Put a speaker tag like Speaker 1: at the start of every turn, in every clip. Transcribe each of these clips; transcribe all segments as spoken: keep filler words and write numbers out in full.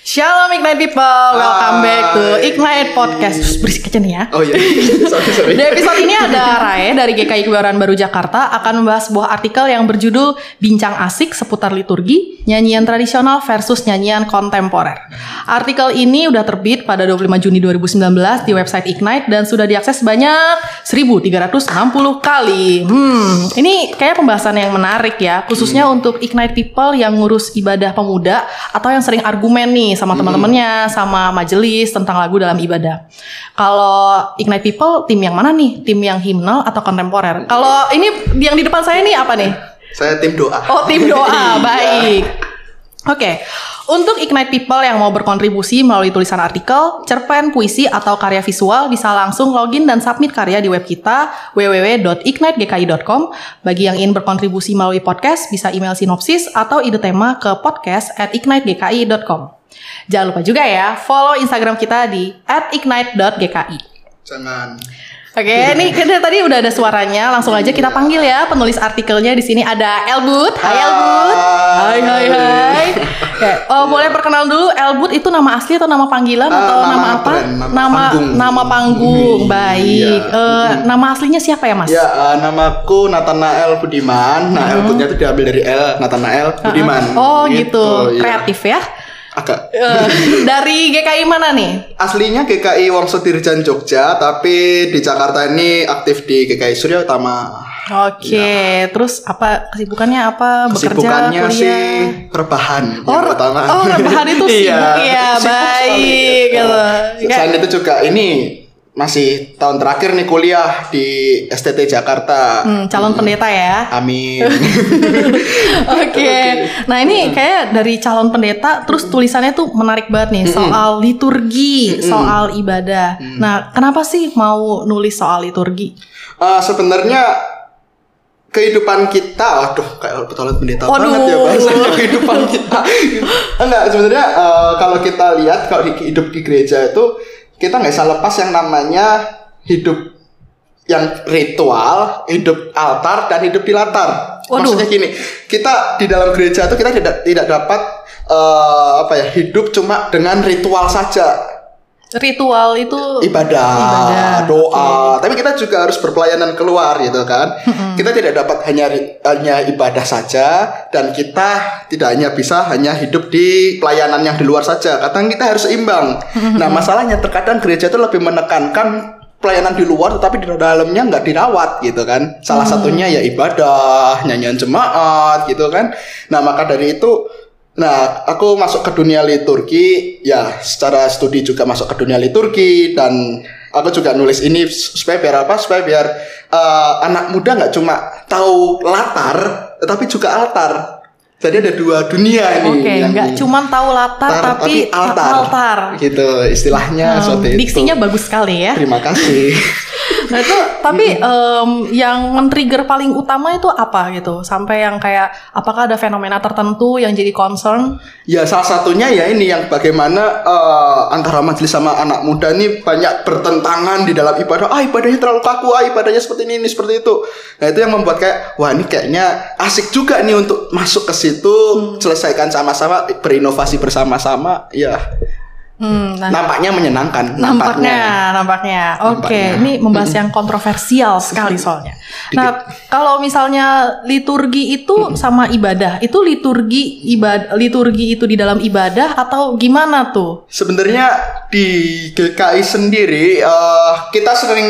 Speaker 1: Shalom Ignite People, welcome back to Ignite Podcast. Berisik aja nih ya.
Speaker 2: Oh iya, sorry sorry.
Speaker 1: Di episode ini ada Rae dari G K I Kebayoran Baru Jakarta akan membahas sebuah artikel yang berjudul Bincang Asik Seputar Liturgi, Nyanyian Tradisional versus Nyanyian Kontemporer. Artikel ini udah terbit pada dua puluh lima Juni dua ribu sembilan belas di website Ignite dan sudah diakses sebanyak seribu tiga ratus enam puluh kali. Hmm, ini kayak pembahasan yang menarik ya, khususnya hmm. untuk Ignite People yang ngurus ibadah pemuda atau yang sering argumen nih sama teman-temannya, sama majelis tentang lagu dalam ibadah. Kalau Ignite People, tim yang mana nih? Tim yang himnal atau kontemporer? Kalau ini yang di depan saya nih apa nih?
Speaker 2: Saya tim doa.
Speaker 1: Oh, tim doa, baik. Oke, okay. Untuk Ignite People yang mau berkontribusi melalui tulisan artikel, cerpen, puisi, atau karya visual bisa langsung login dan submit karya di web kita w w w dot ignite g k i dot com. Bagi yang ingin berkontribusi melalui podcast, bisa email sinopsis atau ide tema ke podcast at ignite g k i dot com. Jangan lupa juga ya, follow Instagram kita di at ignite dot g k i.
Speaker 2: Jangan.
Speaker 1: Oke, okay, ini kita tadi udah ada suaranya, langsung aja kita panggil ya penulis artikelnya. Di sini ada Elbut. Hai Elbut. Hai hai hai. Okay. Oh, boleh perkenalan dulu, Elbut itu nama asli atau nama panggilan uh, atau nama, nama apa?
Speaker 2: Brand, nama,
Speaker 1: nama
Speaker 2: panggung.
Speaker 1: Nama panggung. Baik.
Speaker 2: Iya.
Speaker 1: Uh, nama aslinya siapa ya, Mas?
Speaker 2: Ya, uh, namaku Nathanael Budiman. Nah, uh-huh. Elbutnya itu diambil dari L, Nathanael Budiman.
Speaker 1: Uh-huh. Oh, gitu. gitu. Kreatif ya?
Speaker 2: Agak.
Speaker 1: Uh, dari G K I mana nih?
Speaker 2: Aslinya G K I Wongso Dirjan Jogja, tapi di Jakarta ini aktif di G K I Surya Utama.
Speaker 1: Oke, okay. Ya. Terus apa kesibukannya apa?
Speaker 2: Kesibukannya
Speaker 1: bekerja, kuliah?
Speaker 2: Sih rebahan
Speaker 1: oh,
Speaker 2: yang pertama.
Speaker 1: Oh, rebahan itu sibuk ya, baik. Gitu.
Speaker 2: Selain itu juga ini masih tahun terakhir nih kuliah di S T T Jakarta.
Speaker 1: Hmm, calon hmm. pendeta ya.
Speaker 2: Amin.
Speaker 1: Oke. Okay. Nah ini kayak dari calon pendeta, terus tulisannya tuh menarik banget nih, soal liturgi, soal ibadah. Nah, kenapa sih mau nulis soal liturgi?
Speaker 2: Uh, sebenarnya kehidupan kita, waduh kayak calon pendeta
Speaker 1: Waduh.
Speaker 2: banget ya bahasanya kehidupan kita. Enggak, sebenarnya uh, kalau kita lihat kalau hidup di gereja itu kita nggak bisa lepas yang namanya hidup yang ritual, hidup altar dan hidup di latar. Waduh. Maksudnya gini, kita di dalam gereja itu kita tidak tidak dapat uh, apa ya hidup cuma dengan ritual saja.
Speaker 1: Ritual itu
Speaker 2: ibadah, ibadah. doa. Okay. Tapi kita juga harus berpelayanan keluar gitu kan. Mm-hmm. Kita tidak dapat hanya hanya ibadah saja dan kita tidak hanya bisa hanya hidup di pelayanan yang di luar saja. Kadang kita harus seimbang. Mm-hmm. Nah, masalahnya terkadang gereja itu lebih menekankan pelayanan di luar tetapi di dalamnya nggak dirawat gitu kan. Salah mm-hmm. satunya ya ibadah, nyanyian jemaat gitu kan. Nah, maka dari itu Nah, aku masuk ke dunia liturgi, ya secara studi juga masuk ke dunia liturgi dan aku juga nulis ini supaya biar apa? Supaya biar uh, anak muda nggak cuma tahu latar, tetapi juga altar. Jadi ada dua dunia ini.
Speaker 1: Oke, okay, nggak cuma tahu latar tar, tapi, tapi
Speaker 2: altar.
Speaker 1: altar.
Speaker 2: Gitu istilahnya.
Speaker 1: Hmm, diksinya itu. Bagus sekali ya.
Speaker 2: Terima kasih.
Speaker 1: Nah itu tapi um, yang men-trigger paling utama itu apa gitu? Sampai yang kayak apakah ada fenomena tertentu yang jadi concern?
Speaker 2: Ya salah satunya ya ini yang bagaimana uh, antara majelis sama anak muda ini banyak bertentangan di dalam ibadah. Ah ibadahnya terlalu kaku, ah ibadahnya seperti ini, ini seperti itu. Nah itu yang membuat kayak wah ini kayaknya asik juga nih untuk masuk ke situ, hmm. selesaikan sama-sama, berinovasi bersama-sama. Ya. Hmm, nah, nampaknya menyenangkan.
Speaker 1: Nampaknya, nampaknya. Oke, okay. Ini membahas yang kontroversial sekali soalnya. Nah, kalau misalnya liturgi itu sama ibadah, itu liturgi ibadah, liturgi itu di dalam ibadah atau gimana tuh?
Speaker 2: Sebenarnya di G K I sendiri uh, kita sering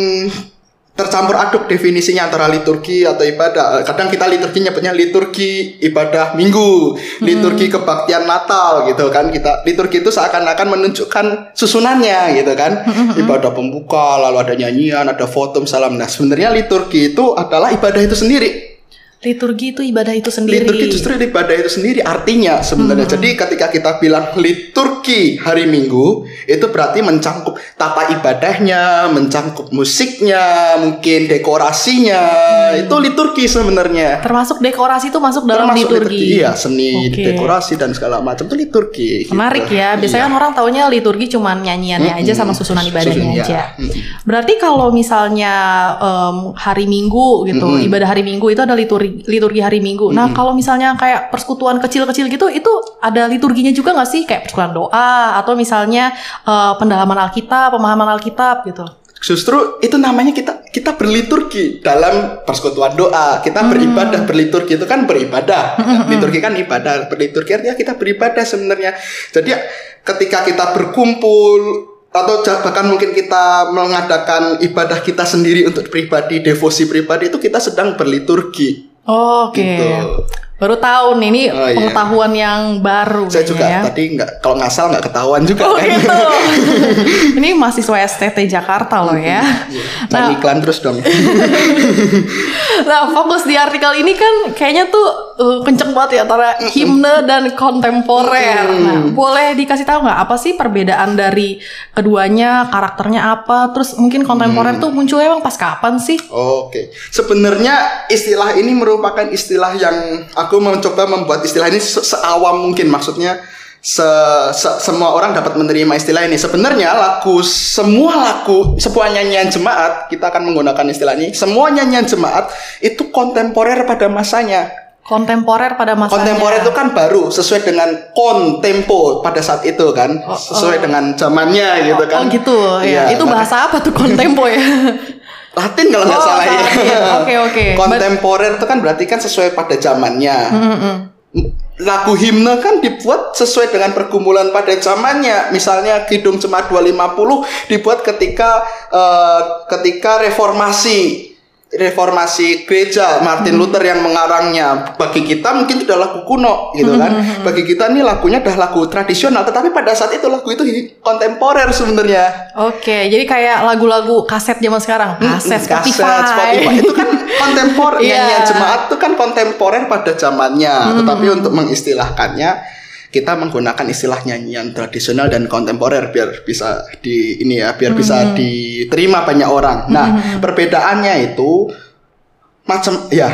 Speaker 2: tercampur aduk definisinya antara liturgi atau ibadah. Kadang kita liturgi nyebutnya liturgi ibadah minggu, liturgi hmm. kebaktian Natal gitu kan. Kita liturgi itu seakan-akan menunjukkan susunannya gitu kan. Hmm. Ibadah pembuka, lalu ada nyanyian, ada foto salam. Nah, sebenarnya liturgi itu adalah ibadah itu sendiri.
Speaker 1: Liturgi itu ibadah itu sendiri.
Speaker 2: Liturgi justru ibadah itu sendiri artinya sebenarnya. Hmm. Jadi ketika kita bilang liturgi hari Minggu, itu berarti mencangkup tata ibadahnya, mencangkup musiknya, mungkin dekorasinya. Hmm. Itu liturgi sebenarnya.
Speaker 1: Termasuk dekorasi itu masuk dalam
Speaker 2: Termasuk
Speaker 1: liturgi.
Speaker 2: liturgi. Iya, seni, okay. dekorasi dan segala macam itu liturgi.
Speaker 1: Menarik gitu. Ya. Biasanya iya. kan orang taunya liturgi cuma nyanyiannya hmm. aja sama susunan ibadahnya Susun, aja. Ya. Berarti kalau misalnya um, hari Minggu gitu, hmm. ibadah hari Minggu itu ada liturgi liturgi, liturgi hari Minggu. Nah,
Speaker 2: Mm-hmm.
Speaker 1: kalau misalnya kayak persekutuan kecil-kecil gitu, itu ada liturginya juga nggak sih? Kayak persekutuan doa atau misalnya uh, pendalaman Alkitab, pemahaman Alkitab gitu.
Speaker 2: Justru itu namanya kita kita berliturgi dalam persekutuan doa. Kita hmm. beribadah, berliturgi itu kan beribadah. Hmm. Liturgi kan ibadah, berliturgi artinya kita beribadah sebenarnya. Jadi ketika kita berkumpul atau bahkan mungkin kita mengadakan ibadah kita sendiri untuk pribadi, devosi pribadi, itu kita sedang berliturgi.
Speaker 1: Oh, oke. Okay. Gitu. Baru tahu nih, ini oh, pengetahuan iya. yang baru.
Speaker 2: Saya juga ya. Tadi nggak, kalau ngasal nggak ketahuan juga
Speaker 1: oh,
Speaker 2: kan.
Speaker 1: Gitu. Ini mahasiswa S T T Jakarta loh ya.
Speaker 2: Nah, nah iklan terus dong.
Speaker 1: Nah, fokus di artikel ini kan kayaknya tuh uh, kenceng banget ya antara himne dan kontemporer. Nah, boleh dikasih tahu nggak apa sih perbedaan dari keduanya, karakternya apa? Terus mungkin kontemporer hmm. tuh munculnya emang pas kapan sih?
Speaker 2: Oke, okay. Sebenarnya istilah ini merupakan istilah yang aku mencoba membuat istilah ini se- seawam mungkin, maksudnya se- se- semua orang dapat menerima istilah ini. Sebenarnya lagu, semua lagu, sebuah nyanyian jemaat, kita akan menggunakan istilah ini. Semua nyanyian jemaat itu kontemporer pada masanya.
Speaker 1: Kontemporer pada masanya.
Speaker 2: Kontemporer itu kan baru, sesuai dengan kontempo pada saat itu kan, oh, sesuai oh. dengan zamannya gitu kan.
Speaker 1: Oh gitu, ya. ya itu bahasa apa tuh kontempo ya?
Speaker 2: Latin kalau nggak oh, salah ya.
Speaker 1: Oke oke.
Speaker 2: Kontemporer itu kan berarti kan sesuai pada zamannya. Mm-hmm. Lagu himne kan dibuat sesuai dengan pergumulan pada zamannya. Misalnya Kidung Jemaat dua ratus lima puluh dibuat ketika uh, ketika reformasi. Reformasi gereja, Martin Luther yang mengarangnya. Bagi kita mungkin itu udah lagu kuno gitu kan. Bagi kita nih lagunya udah lagu tradisional, tetapi pada saat itu lagu itu kontemporer sebenarnya.
Speaker 1: Oke, jadi kayak lagu-lagu kaset zaman sekarang, kaset hmm, Spotify.
Speaker 2: Kaset Spotify itu kan kontemporer. yeah. Nyanyian jemaat itu kan kontemporer pada zamannya, hmm. tetapi untuk mengistilahkannya kita menggunakan istilah nyanyian tradisional dan kontemporer biar bisa di ini ya, biar hmm. bisa diterima banyak orang. Nah, hmm. perbedaannya itu macam ya,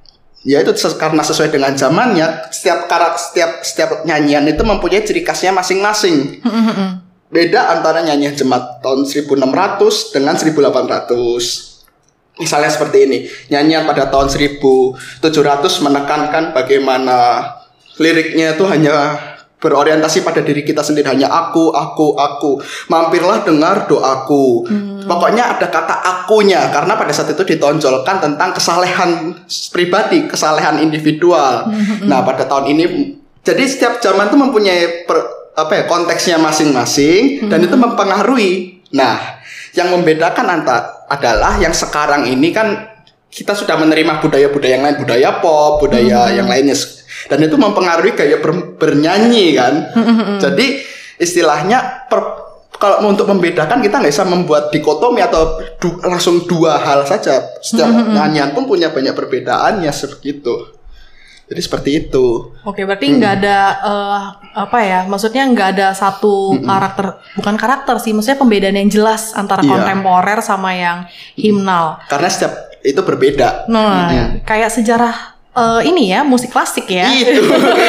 Speaker 2: ya itu karena sesuai dengan zamannya. Setiap karakter, setiap setiap nyanyian itu mempunyai ciri khasnya masing-masing. Hmm. Beda antara nyanyian jemaat tahun seribu enam ratus dengan seribu delapan ratus. Misalnya seperti ini, nyanyian pada tahun seribu tujuh ratus menekankan bagaimana liriknya itu hanya berorientasi pada diri kita sendiri, hanya aku, aku, aku. Mampirlah dengar doaku. Hmm. Pokoknya ada kata akunya, karena pada saat itu ditonjolkan tentang kesalehan pribadi, kesalehan individual. Hmm. Nah, pada tahun ini, jadi setiap zaman itu mempunyai per, apa ya, konteksnya masing-masing, hmm. dan itu mempengaruhi. Nah, yang membedakan antara adalah yang sekarang ini kan kita sudah menerima budaya-budaya yang lain, budaya pop, budaya hmm. yang lainnya. Dan itu mempengaruhi gaya ber, bernyanyi kan. Mm-hmm. Jadi istilahnya per, kalau untuk membedakan kita nggak bisa membuat dikotomi atau du, langsung dua hal saja. Setiap mm-hmm. nyanyian pun punya banyak perbedaannya seperti itu. Jadi seperti itu. Oke,
Speaker 1: berarti nggak hmm. ada uh, apa ya? Maksudnya nggak ada satu mm-hmm. karakter, bukan karakter sih. Maksudnya pembedaan yang jelas antara yeah. kontemporer sama yang himnal.
Speaker 2: Karena setiap itu berbeda.
Speaker 1: Nah, mm-hmm. kayak sejarah. Uh, ini ya, musik klasik ya.
Speaker 2: Itu.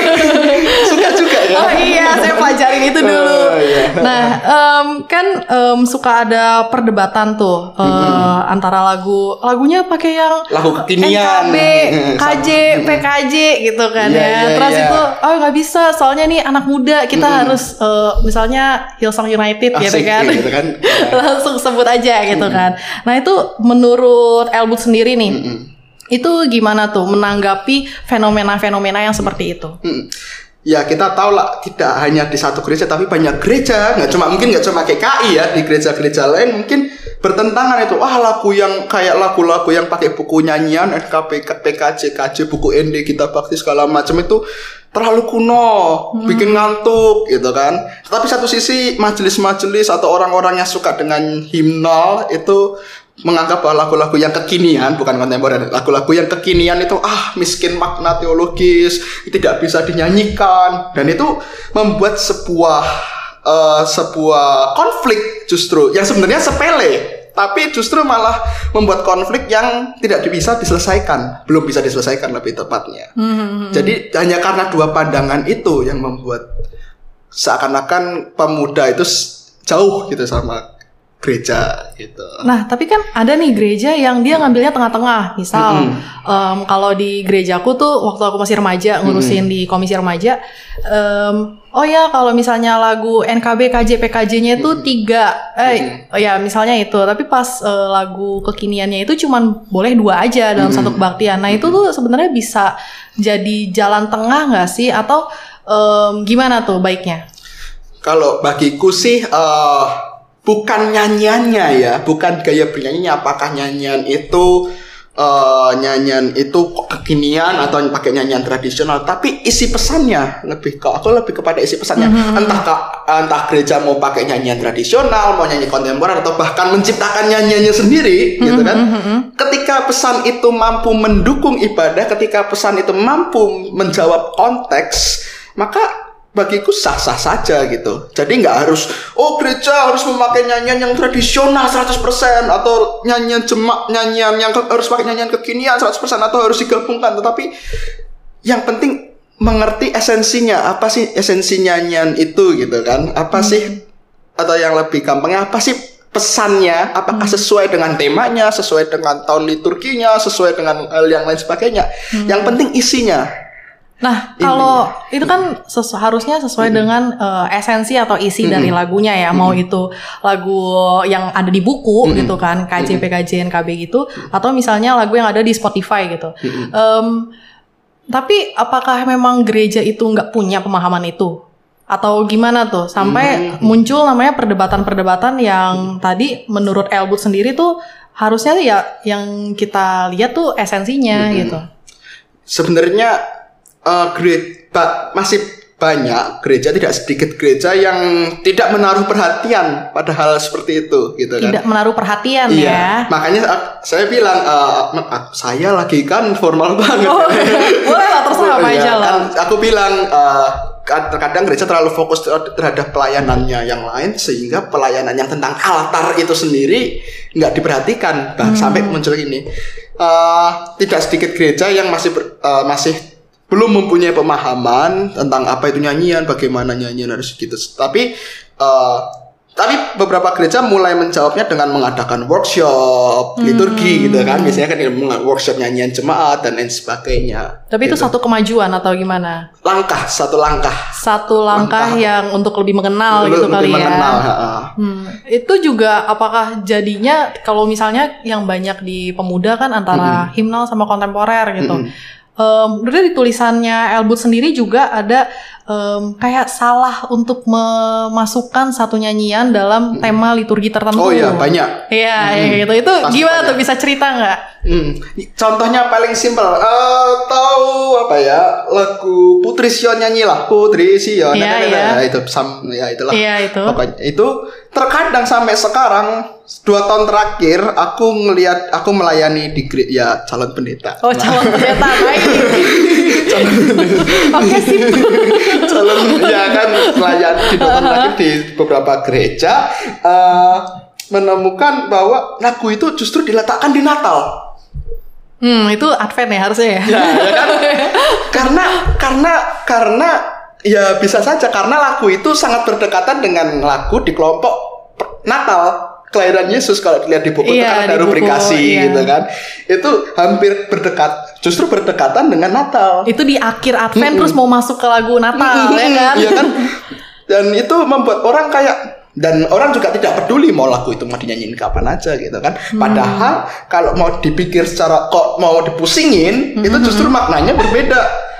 Speaker 2: Suka juga ya.
Speaker 1: Oh iya, saya pelajarin itu dulu. Oh, iya. Nah, um, kan um, suka ada perdebatan tuh uh, hmm. antara lagu lagunya pakai yang
Speaker 2: lagu kekinian,
Speaker 1: N K B, K J, P K J gitu kan yeah, ya.
Speaker 2: Yeah,
Speaker 1: Terus
Speaker 2: yeah.
Speaker 1: itu oh nggak bisa, soalnya nih anak muda kita hmm. harus uh, misalnya Hillsong United Asik, gitu kan.
Speaker 2: Gitu kan.
Speaker 1: Langsung sebut aja gitu hmm. kan. Nah, itu menurut Elwood sendiri nih. Hmm. Itu gimana tuh menanggapi fenomena-fenomena yang seperti itu?
Speaker 2: Hmm. Ya kita tahu lah, tidak hanya di satu gereja tapi banyak gereja, nggak cuma mungkin nggak cuma G K I ya, di gereja-gereja lain mungkin bertentangan itu. Ah lagu yang kayak lagu-lagu yang pakai buku nyanyian N K P, P K J, K J, buku N D, Kitab Bakti segala macam itu terlalu kuno, hmm. bikin ngantuk gitu kan. Tapi satu sisi majelis-majelis atau orang-orang yang suka dengan himnal itu menganggap bahwa lagu-lagu yang kekinian, bukan kontemporer, lagu-lagu yang kekinian itu ah miskin makna teologis, tidak bisa dinyanyikan, dan itu membuat sebuah uh, sebuah konflik justru yang sebenarnya sepele, tapi justru malah membuat konflik yang tidak bisa diselesaikan, belum bisa diselesaikan lebih tepatnya. Mm-hmm. Jadi hanya karena dua pandangan itu yang membuat seakan-akan pemuda itu jauh gitu sama gereja gitu.
Speaker 1: Nah, tapi kan ada nih gereja yang dia ngambilnya tengah-tengah. Misal, mm-hmm. um, kalau di gerejaku tuh waktu aku masih remaja ngurusin mm-hmm. di komisi remaja, um, oh ya kalau misalnya lagu N K B K J P K J-nya itu mm-hmm. tiga, eh mm-hmm. oh ya misalnya itu. Tapi pas uh, lagu kekiniannya itu cuman boleh dua aja dalam mm-hmm. satu kebaktian. Nah itu tuh sebenarnya bisa jadi jalan tengah nggak sih? Atau um, gimana tuh baiknya?
Speaker 2: Kalau bagiku sih. Uh... Bukan nyanyiannya ya, bukan gaya bernyanyinya. Apakah nyanyian itu uh, nyanyian itu kekinian atau pakai nyanyian tradisional? Tapi isi pesannya lebih ke aku lebih kepada isi pesannya. Mm-hmm. Entah entah gereja mau pakai nyanyian tradisional, mau nyanyi kontemporer, atau bahkan menciptakan nyanyiannya sendiri, mm-hmm. gitu kan? Mm-hmm. Ketika pesan itu mampu mendukung ibadah, ketika pesan itu mampu menjawab konteks, maka bagiku sah-sah saja gitu. Jadi nggak harus, oh gereja harus memakai nyanyian yang tradisional seratus persen atau nyanyian jemak, nyanyian yang ke, harus pakai nyanyian kekinian seratus persen atau harus digabungkan. Tetapi yang penting mengerti esensinya. Apa sih esensi nyanyian itu gitu kan? Apa hmm. sih, atau yang lebih gampangnya, apa sih pesannya? Apakah hmm. sesuai dengan temanya, sesuai dengan tahun liturginya, sesuai dengan hal yang lain sebagainya. Hmm. Yang penting isinya.
Speaker 1: Nah, kalau ini. Itu kan sesu, harusnya sesuai mm. dengan uh, esensi atau isi mm. dari lagunya ya. Mm. Mau itu lagu yang ada di buku mm. gitu kan, K J P K J N K B gitu, mm. atau misalnya lagu yang ada di Spotify gitu. Mm. Um, tapi apakah memang gereja itu nggak punya pemahaman itu? Atau gimana tuh? Sampai mm. muncul namanya perdebatan-perdebatan yang mm. tadi menurut Elwood sendiri tuh harusnya ya yang kita lihat tuh esensinya mm. gitu.
Speaker 2: Sebenarnya Uh, gereja masih banyak gereja, tidak sedikit gereja yang tidak menaruh perhatian pada hal seperti itu, gitu kan?
Speaker 1: Tidak menaruh perhatian
Speaker 2: iya. ya. Makanya uh, saya bilang, uh, uh, saya lagi kan formal banget.
Speaker 1: Oh, boleh lah, terserah apa aja lah.
Speaker 2: Kan aku bilang, uh, terkadang gereja terlalu fokus terhadap pelayanannya yang lain, sehingga pelayanan yang tentang altar itu sendiri nggak diperhatikan. Bah, hmm. Sampai muncul ini, uh, tidak sedikit gereja yang masih ber, uh, masih belum mempunyai pemahaman tentang apa itu nyanyian, bagaimana nyanyian harus gitu. Tapi uh, tapi beberapa gereja mulai menjawabnya dengan mengadakan workshop hmm. liturgi gitu kan. Biasanya kan workshop nyanyian jemaat dan lain sebagainya.
Speaker 1: Tapi
Speaker 2: gitu.
Speaker 1: Itu satu kemajuan atau gimana?
Speaker 2: Langkah, satu langkah.
Speaker 1: Satu langkah, langkah. yang untuk lebih mengenal lebih, gitu lebih kali mengenal, ya. Hmm. Itu juga apakah jadinya kalau misalnya yang banyak di pemuda kan antara hmm. himnal sama kontemporer gitu. Hmm. Um, udah di tulisannya Elwood sendiri juga ada um, kayak salah untuk memasukkan satu nyanyian dalam tema liturgi tertentu.
Speaker 2: Oh iya, banyak.
Speaker 1: Iya, hmm. gitu. Itu pasti gimana banyak. Tuh, bisa cerita nggak?
Speaker 2: Hmm. Contohnya paling simpel, uh, tahu apa ya, lagu Putri Sion nyanyilah Putri Sion,
Speaker 1: yeah,
Speaker 2: nah,
Speaker 1: yeah.
Speaker 2: nah, itu sam, ya itulah.
Speaker 1: Iya, itu.
Speaker 2: Pokoknya itu terkadang sampai sekarang dua tahun terakhir aku ngelihat aku melayani di ya calon pendeta.
Speaker 1: Oh, calon pendeta, baik. Calon pendeta. Oke, sip.
Speaker 2: Calon ya kan melayani di dua tahun terakhir di beberapa gereja, uh, menemukan bahwa lagu itu justru diletakkan di Natal.
Speaker 1: Hmm, itu Advent ya harusnya ya.
Speaker 2: Ya, ya kan? karena karena karena ya bisa saja karena lagu itu sangat berdekatan dengan lagu di kelompok Natal. Kelahiran Yesus kalau dilihat di buku iya, itu kan ada rubrikasi iya. gitu kan. Itu hampir berdekat, justru berdekatan dengan Natal.
Speaker 1: Itu di akhir Advent mm-hmm. terus mau masuk ke lagu Natal mm-hmm. ya kan? Iya kan?
Speaker 2: Dan itu membuat orang kayak, dan orang juga tidak peduli mau lagu itu mau dinyanyiin kapan aja gitu kan. Hmm. Padahal kalau mau dipikir secara kok mau dipusingin, hmm. itu justru maknanya berbeda.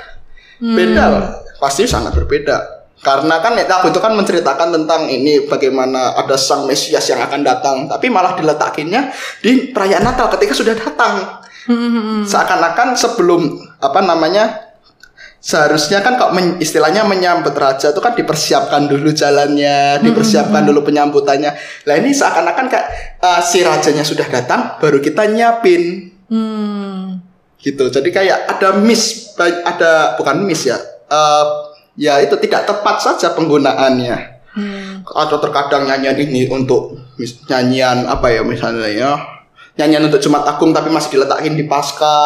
Speaker 2: Hmm. Beda, pasti sangat berbeda. Karena kan lagu itu kan menceritakan tentang ini bagaimana ada sang Mesias yang akan datang, tapi malah diletakinnya di perayaan Natal ketika sudah datang. Hmm. Seakan-akan sebelum apa namanya? Seharusnya kan kok men, istilahnya menyambut raja itu kan dipersiapkan dulu jalannya, dipersiapkan dulu penyambutannya. Lah ini seakan-akan kayak uh, si rajanya sudah datang, baru kita nyiapin. Hmm. Gitu. Jadi kayak ada miss, ada bukan miss ya. Uh, ya itu tidak tepat saja penggunaannya. Hmm. Atau terkadang nyanyian ini untuk nyanyian apa ya misalnya ya. Nyanyian untuk Jumat Agung tapi masih diletakin di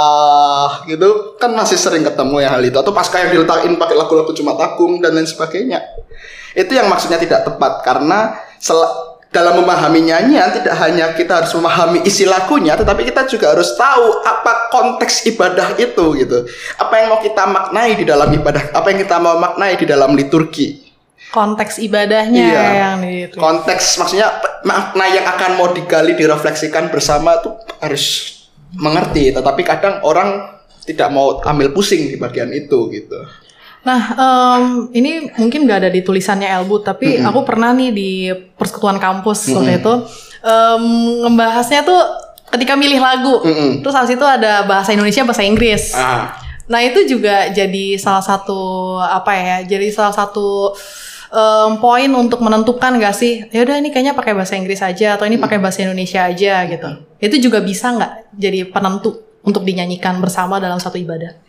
Speaker 2: Paskah gitu kan masih sering ketemu ya hal itu, atau Paskah yang diletakin pakai lagu-lagu Jumat Agung dan lain sebagainya. Itu yang maksudnya tidak tepat karena sel- dalam memahami nyanyian tidak hanya kita harus memahami isi lagunya, tetapi kita juga harus tahu apa konteks ibadah itu gitu. Apa yang mau kita maknai di dalam ibadah, apa yang kita mau maknai di dalam liturgi.
Speaker 1: Konteks ibadahnya
Speaker 2: iya.
Speaker 1: yang itu.
Speaker 2: Konteks maksudnya makna yang akan mau digali, direfleksikan bersama itu harus mengerti, tetapi kadang orang tidak mau ambil pusing di bagian itu gitu.
Speaker 1: Nah, um, ini mungkin gak ada di tulisannya Elbut, tapi mm-hmm. aku pernah nih di persekutuan kampus mm-hmm. waktu itu um, ngebahasnya tuh ketika milih lagu, mm-hmm. terus habis itu ada bahasa Indonesia, bahasa Inggris. Ah. Nah itu juga jadi salah satu apa ya? Jadi salah satu um, poin untuk menentukan gak sih? Ya udah ini kayaknya pakai bahasa Inggris aja atau ini pakai bahasa Indonesia aja gitu. Mm-hmm. Itu juga bisa nggak jadi penentu untuk dinyanyikan bersama dalam satu ibadah?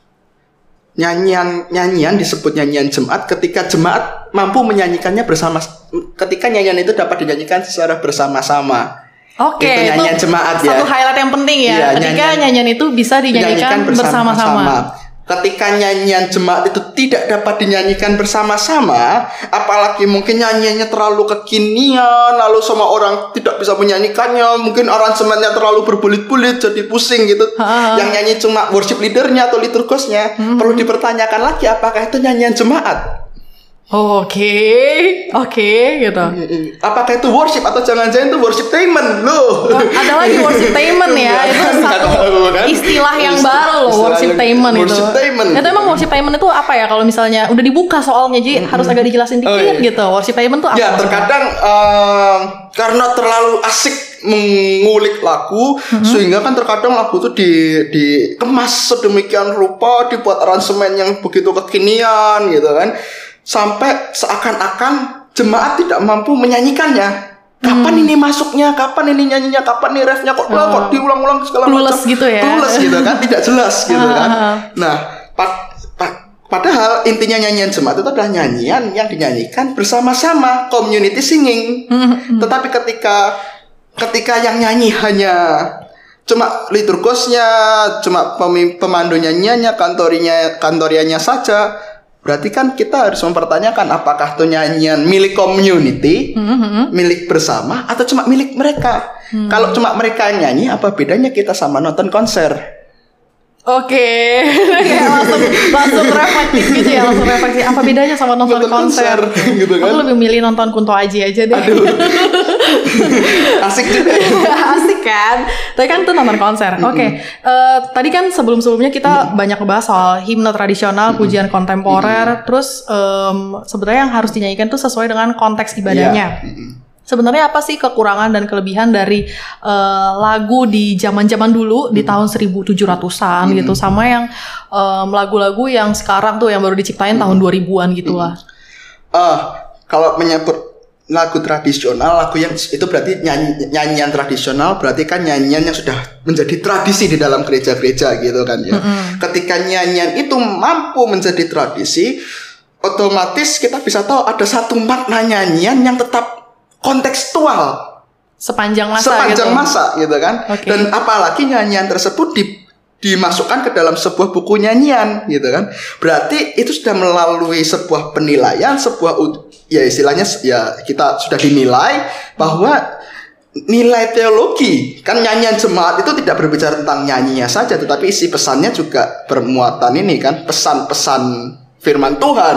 Speaker 2: Nyanyian nyanyian disebut nyanyian jemaat ketika jemaat mampu menyanyikannya bersama, ketika nyanyian itu dapat dinyanyikan secara bersama-sama.
Speaker 1: Oke, okay, itu nyanyian
Speaker 2: itu jemaat
Speaker 1: satu
Speaker 2: ya.
Speaker 1: Satu highlight yang penting ya. Iya, ketika nyanyian, nyanyian itu bisa dinyanyikan bersama-sama.
Speaker 2: Ketika nyanyian jemaat itu tidak dapat dinyanyikan bersama-sama, apalagi mungkin nyanyiannya terlalu kekinian, lalu semua orang tidak bisa menyanyikannya, mungkin aransemennya terlalu berbulit-bulit jadi pusing gitu. Ha-ha. Yang nyanyi cuma worship leadernya atau liturgosnya, hmm. perlu dipertanyakan lagi apakah itu nyanyian jemaat.
Speaker 1: Oh, oke, okay. oke, okay, gitu.
Speaker 2: Apakah itu worship atau jangan-jangan itu worshiptainment loh?
Speaker 1: Ada lagi worshiptainment ya, itu satu kan? Istilah yang istilah, baru loh, worshiptainment itu. Worshiptainment. Itu emang worshiptainment itu apa ya? Kalau misalnya udah dibuka soalnya, jadi mm-hmm. harus agak dijelasin dikit oh, iya. gitu. Worshiptainment itu apa?
Speaker 2: Ya terkadang um, karena terlalu asik mengulik lagu, mm-hmm. sehingga kan terkadang lagu itu di dikemas sedemikian rupa, dibuat aransemen yang begitu kekinian gitu kan. Sampai seakan-akan jemaat tidak mampu menyanyikannya. Kapan hmm. ini masuknya, kapan ini nyanyinya, kapan ini refnya, kok, oh. kok diulang-ulang segala macam.
Speaker 1: Clueless gitu ya.
Speaker 2: Clueless gitu kan, tidak jelas gitu kan. Nah, pa- pa- padahal intinya nyanyian jemaat itu adalah nyanyian yang dinyanyikan bersama-sama, community singing. Hmm. Tetapi ketika ketika yang nyanyi hanya cuma liturgosnya, cuma pemandu nyanyiannya, kantorinya, kantorianya saja, berarti kan kita harus mempertanyakan apakah itu nyanyian milik community, mm-hmm. milik bersama, atau cuma milik mereka. Mm. Kalau cuma mereka yang nyanyi, apa bedanya kita sama nonton konser?
Speaker 1: Oke, okay. langsung langsung reflektif gitu ya, langsung refleksi. Apa bedanya sama nonton, nonton konser? konser gitu kan? Aku lebih milih nonton Kunto Aji aja deh. Aduh.
Speaker 2: Asik juga.
Speaker 1: Asik kan? Tapi kan itu nonton konser. Oke, okay. uh, tadi kan sebelum-sebelumnya kita mm-hmm. banyak ngebahas soal himne tradisional, mm-hmm. pujian kontemporer, mm-hmm. terus um, sebenarnya yang harus dinyanyikan itu sesuai dengan konteks ibadahnya. Yeah. Mm-hmm. Sebenarnya apa sih kekurangan dan kelebihan dari uh, lagu di zaman-zaman dulu, hmm. di tahun seribu tujuh ratusan hmm. gitu, sama yang um, lagu-lagu yang sekarang tuh yang baru diciptain hmm. tahun dua ribuan gitu lah.
Speaker 2: Hmm. Uh, kalau menyebut lagu tradisional, lagu yang itu berarti nyanyi, nyanyian tradisional, berarti kan nyanyian yang sudah menjadi tradisi di dalam gereja-gereja gitu kan ya. Hmm. Ketika nyanyian itu mampu menjadi tradisi, otomatis kita bisa tahu ada satu makna nyanyian yang tetap kontekstual
Speaker 1: sepanjang masa
Speaker 2: sepanjang
Speaker 1: gitu.
Speaker 2: masa gitu kan. Okay. Dan apalagi nyanyian tersebut di, dimasukkan ke dalam sebuah buku nyanyian gitu kan. Berarti itu sudah melalui sebuah penilaian, sebuah ya istilahnya ya kita sudah dinilai bahwa nilai teologi. Kan nyanyian jemaat itu tidak berbicara tentang nyanyinya saja, tetapi isi pesannya juga bermuatan ini kan, pesan-pesan firman Tuhan.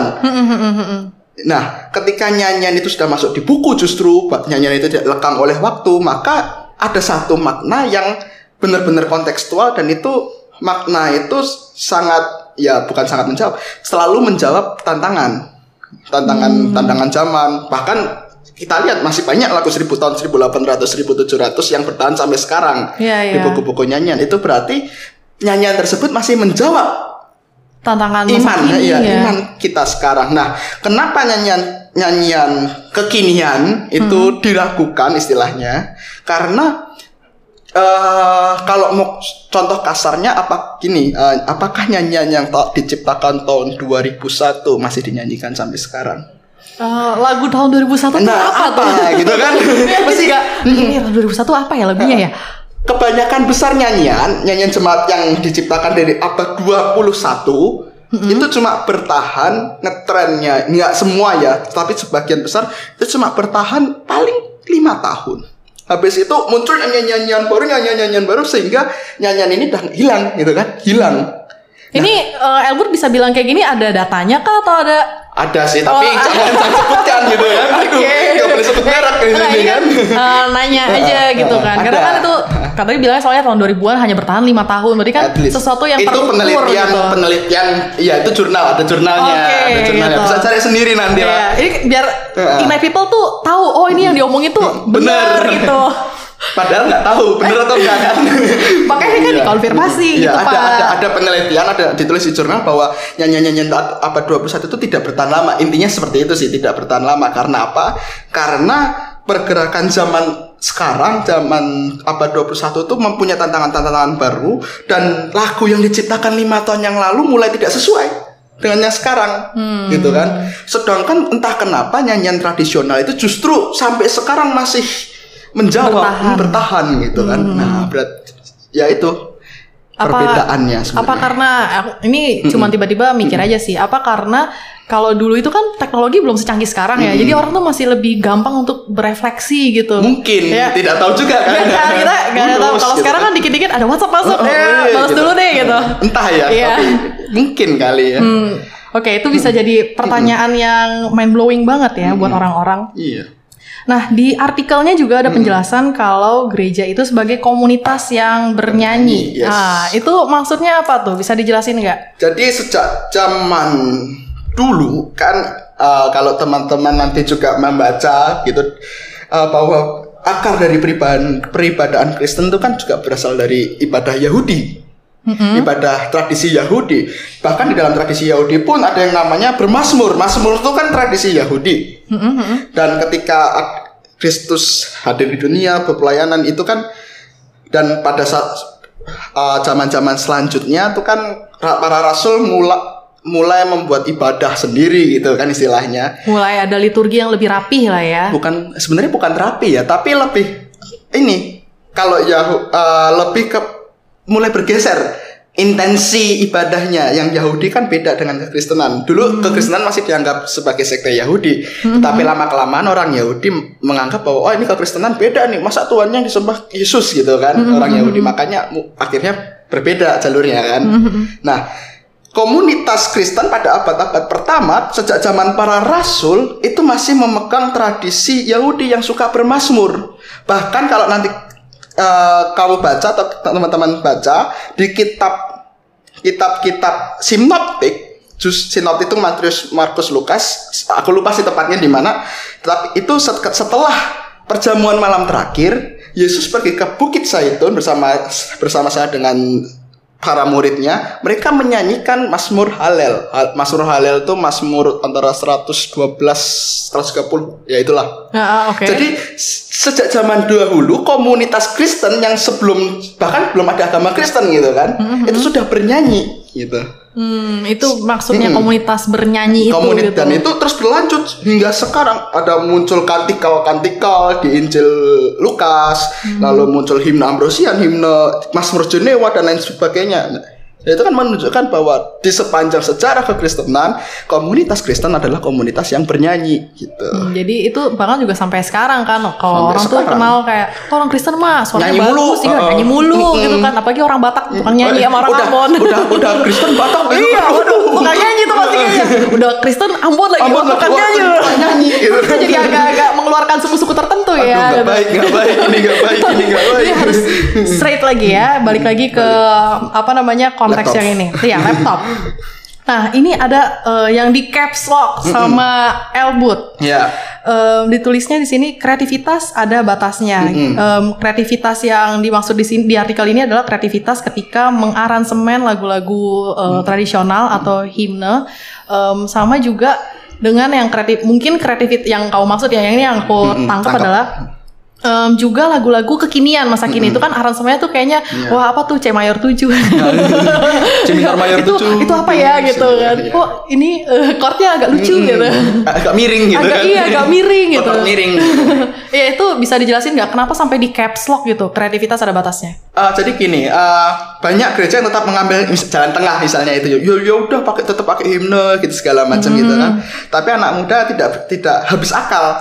Speaker 2: Nah, ketika nyanyian itu sudah masuk di buku, justru nyanyian itu tidak lekang oleh waktu, maka ada satu makna yang benar-benar kontekstual, dan itu makna itu sangat, ya bukan sangat menjawab, selalu menjawab tantangan, tantangan, hmm. tantangan zaman. Bahkan kita lihat masih banyak lagu seribu tahun seribu delapan ratus, seribu tujuh ratus yang bertahan sampai sekarang yeah, yeah. di buku-buku nyanyian. Itu berarti nyanyian tersebut masih menjawab
Speaker 1: tantangan
Speaker 2: iman
Speaker 1: ini,
Speaker 2: ya,
Speaker 1: ya
Speaker 2: iman kita sekarang. Nah, kenapa nyanyian nyanyian kekinian itu hmm. dilakukan istilahnya? Karena uh, kalau mau contoh kasarnya apa gini, uh, apakah nyanyian yang ta- diciptakan tahun dua ribu satu masih dinyanyikan sampai sekarang?
Speaker 1: Uh, lagu tahun dua ribu satu
Speaker 2: nah,
Speaker 1: apa,
Speaker 2: apa tuh? Gitu kan?
Speaker 1: Mesti enggak ini dua ribu satu apa ya lagunya uh, ya?
Speaker 2: Kebanyakan besar nyanyian, nyanyian jemaat yang diciptakan dari abad dua puluh satu mm-hmm. itu cuma bertahan ngetrennya, nggak semua ya, tapi sebagian besar itu cuma bertahan paling lima tahun. Habis itu muncul nyanyian-nyanyian baru, nyanyian-nyanyian baru sehingga nyanyian ini udah hilang gitu kan, hilang.
Speaker 1: Ini nah, uh, Elbert bisa bilang kayak gini ada datanya kah atau ada?
Speaker 2: Ada sih, tapi oh, jangan saya sebutkan gitu ya. Aduh, okay. Gak boleh sebut merek di sini kan.
Speaker 1: Uh, nanya aja gitu kan. Karena kan itu katanya bilangnya soalnya tahun dua ribuan hanya bertahan lima tahun. Berarti kan sesuatu yang
Speaker 2: itu penelitian gitu. penelitian iya itu jurnal, ada jurnalnya, okay, ada jurnalnya. Gitu. Bisa cari sendiri nanti yeah. lah.
Speaker 1: Ini biar uh. Ignite People tuh tahu oh ini yang diomongin tuh benar gitu.
Speaker 2: Padahal nggak tahu bener atau enggak kan.
Speaker 1: Makanya kan dikonfirmasi
Speaker 2: iya,
Speaker 1: gitu
Speaker 2: ada,
Speaker 1: Pak.
Speaker 2: Ada, ada penelitian, ada ditulis di jurnal bahwa nyanyian-nyanyian abad dua puluh satu itu tidak bertahan lama. Intinya seperti itu sih, tidak bertahan lama. Karena apa? Karena pergerakan zaman sekarang, zaman abad dua puluh satu itu mempunyai tantangan-tantangan baru. Dan lagu yang diciptakan lima tahun yang lalu mulai tidak sesuai dengan yang sekarang, hmm. gitu kan. Sedangkan entah kenapa nyanyian tradisional itu justru sampai sekarang masih menjawab, bertahan, bertahan gitu kan. Hmm. Nah, berat ya itu apa, perbedaannya sebenarnya. Apa
Speaker 1: karena ini hmm. cuma tiba-tiba mikir hmm. aja sih. Apa karena kalau dulu itu kan teknologi belum secanggih sekarang ya. Hmm. Jadi orang tuh masih lebih gampang untuk berefleksi gitu.
Speaker 2: Mungkin ya. Tidak tahu juga kan. Ya,
Speaker 1: kan kita enggak ada tahu. Kalau gitu sekarang kan dikit-dikit ada WhatsApp masuk, oh, ya, iya, balas gitu. Dulu deh gitu.
Speaker 2: Entah ya, yeah. tapi mungkin kali ya.
Speaker 1: Hmm. Oke, okay, itu bisa hmm. jadi pertanyaan hmm. yang mind blowing banget ya hmm. buat orang-orang.
Speaker 2: Iya.
Speaker 1: Nah, di artikelnya juga ada penjelasan hmm. kalau gereja itu sebagai komunitas yang bernyanyi. Yes. Nah, itu maksudnya apa tuh? Bisa dijelasin nggak?
Speaker 2: Jadi sejak zaman dulu kan, uh, kalau teman-teman nanti juga membaca gitu, uh, bahwa akar dari peribadaan, peribadaan Kristen itu kan juga berasal dari ibadah Yahudi. Mm-hmm. Ibadah tradisi Yahudi. Bahkan di dalam tradisi Yahudi pun ada yang namanya bermazmur. Mazmur itu kan tradisi Yahudi. Mm-hmm. Dan ketika Kristus hadir di dunia, berpelayanan itu kan, dan pada saat uh, zaman-zaman selanjutnya itu kan para rasul mulai mulai membuat ibadah sendiri gitu kan istilahnya.
Speaker 1: Mulai ada liturgi yang lebih rapih lah ya.
Speaker 2: Bukan, sebenarnya bukan rapi ya, tapi lebih ini kalau ya uh, lebih ke mulai bergeser intensi ibadahnya. Yang Yahudi kan beda dengan kekristenan. Dulu hmm. kekristenan masih dianggap sebagai sekte Yahudi, hmm. tetapi lama kelamaan orang Yahudi menganggap bahwa oh ini kekristenan beda nih, masa Tuhannya disembah Yesus gitu kan. hmm. Orang Yahudi makanya akhirnya berbeda jalurnya kan. hmm. Nah, komunitas Kristen pada abad-abad pertama sejak zaman para rasul itu masih memegang tradisi Yahudi yang suka bermazmur. Bahkan kalau nanti Uh, kamu baca atau teman-teman baca di kitab kitab-kitab sinoptik, jus sinoptik itu Matius, Markus, Lukas, aku lupa sih tepatnya di mana, tetapi itu setelah perjamuan malam terakhir Yesus pergi ke Bukit Zaitun bersama bersama saya dengan para muridnya. Mereka menyanyikan Mazmur Halel. Mazmur Halel itu Mazmur antara seratus dua belas seratus tiga puluh, ya itulah.
Speaker 1: Ah, okay.
Speaker 2: Jadi sejak zaman dahulu komunitas Kristen yang sebelum bahkan belum ada agama Kristen gitu kan, mm-hmm. itu sudah bernyanyi gitu.
Speaker 1: Hmm, itu maksudnya hmm. komunitas bernyanyi itu
Speaker 2: Komunitas
Speaker 1: gitu.
Speaker 2: Dan itu terus berlanjut hingga sekarang. Ada muncul kantikal-kantikal di Injil Lukas, hmm. lalu muncul himne Ambrosian, himne Mazmur Jenewa dan lain sebagainya. Itu kan menunjukkan bahwa di sepanjang sejarah kekristenan, komunitas Kristen adalah komunitas yang bernyanyi gitu.
Speaker 1: Hmm, jadi itu bahkan juga sampai sekarang kan, kalau orang sekarang tuh kenal kayak oh, orang Kristen mah suaranya bagus, ya, uh, nyanyi mulu uh, gitu kan. Apalagi orang Batak tukang nyanyi sama orang
Speaker 2: udah,
Speaker 1: Ambon.
Speaker 2: Udah udah Kristen Batak gitu.
Speaker 1: Iya, waduh, tukang nyanyi tuh pasti kayaknya. Udah Kristen Ambon lagi Ambon tukang nyanyi.
Speaker 2: nyanyi gitu.
Speaker 1: Jadi agak-agak mengeluarkan suku-suku tertentu
Speaker 2: Aduh,
Speaker 1: ya.
Speaker 2: Gak baik, gak baik, ini gak baik, ini gak baik.
Speaker 1: Jadi harus straight lagi ya, balik lagi ke apa namanya konteks yang ini. Ya, laptop. Nah, ini ada uh, yang di caps lock sama mm-hmm. Elbut.
Speaker 2: Ya. Yeah.
Speaker 1: Um, ditulisnya di sini kreativitas ada batasnya. Mm-hmm. Um, kreativitas yang dimaksud di sini di artikel ini adalah kreativitas ketika mengaransemen lagu-lagu uh, mm-hmm. tradisional atau himne. Um, sama juga dengan yang kreatif. Mungkin kreativitas yang kau maksud ya, yang ini yang aku mm-hmm. tangkap adalah Um, juga lagu-lagu kekinian masa kini mm-hmm. itu kan aransemennya tuh kayaknya yeah. wah apa tuh C mayor tujuh
Speaker 2: C minor mayor
Speaker 1: itu,
Speaker 2: tujuh
Speaker 1: itu apa ya gitu kan kok oh, ini uh, chordnya agak lucu mm-hmm. gitu
Speaker 2: agak miring gitu
Speaker 1: agak,
Speaker 2: kan
Speaker 1: iya agak miring gitu
Speaker 2: miring
Speaker 1: ya itu bisa dijelasin nggak kenapa sampai di caps lock gitu kreativitas ada batasnya
Speaker 2: uh, jadi gini uh, banyak gereja yang tetap mengambil jalan tengah misalnya itu yo yo udah pakai tetap pakai himne gitu segala macam mm-hmm. gitu kan tapi anak muda tidak tidak habis akal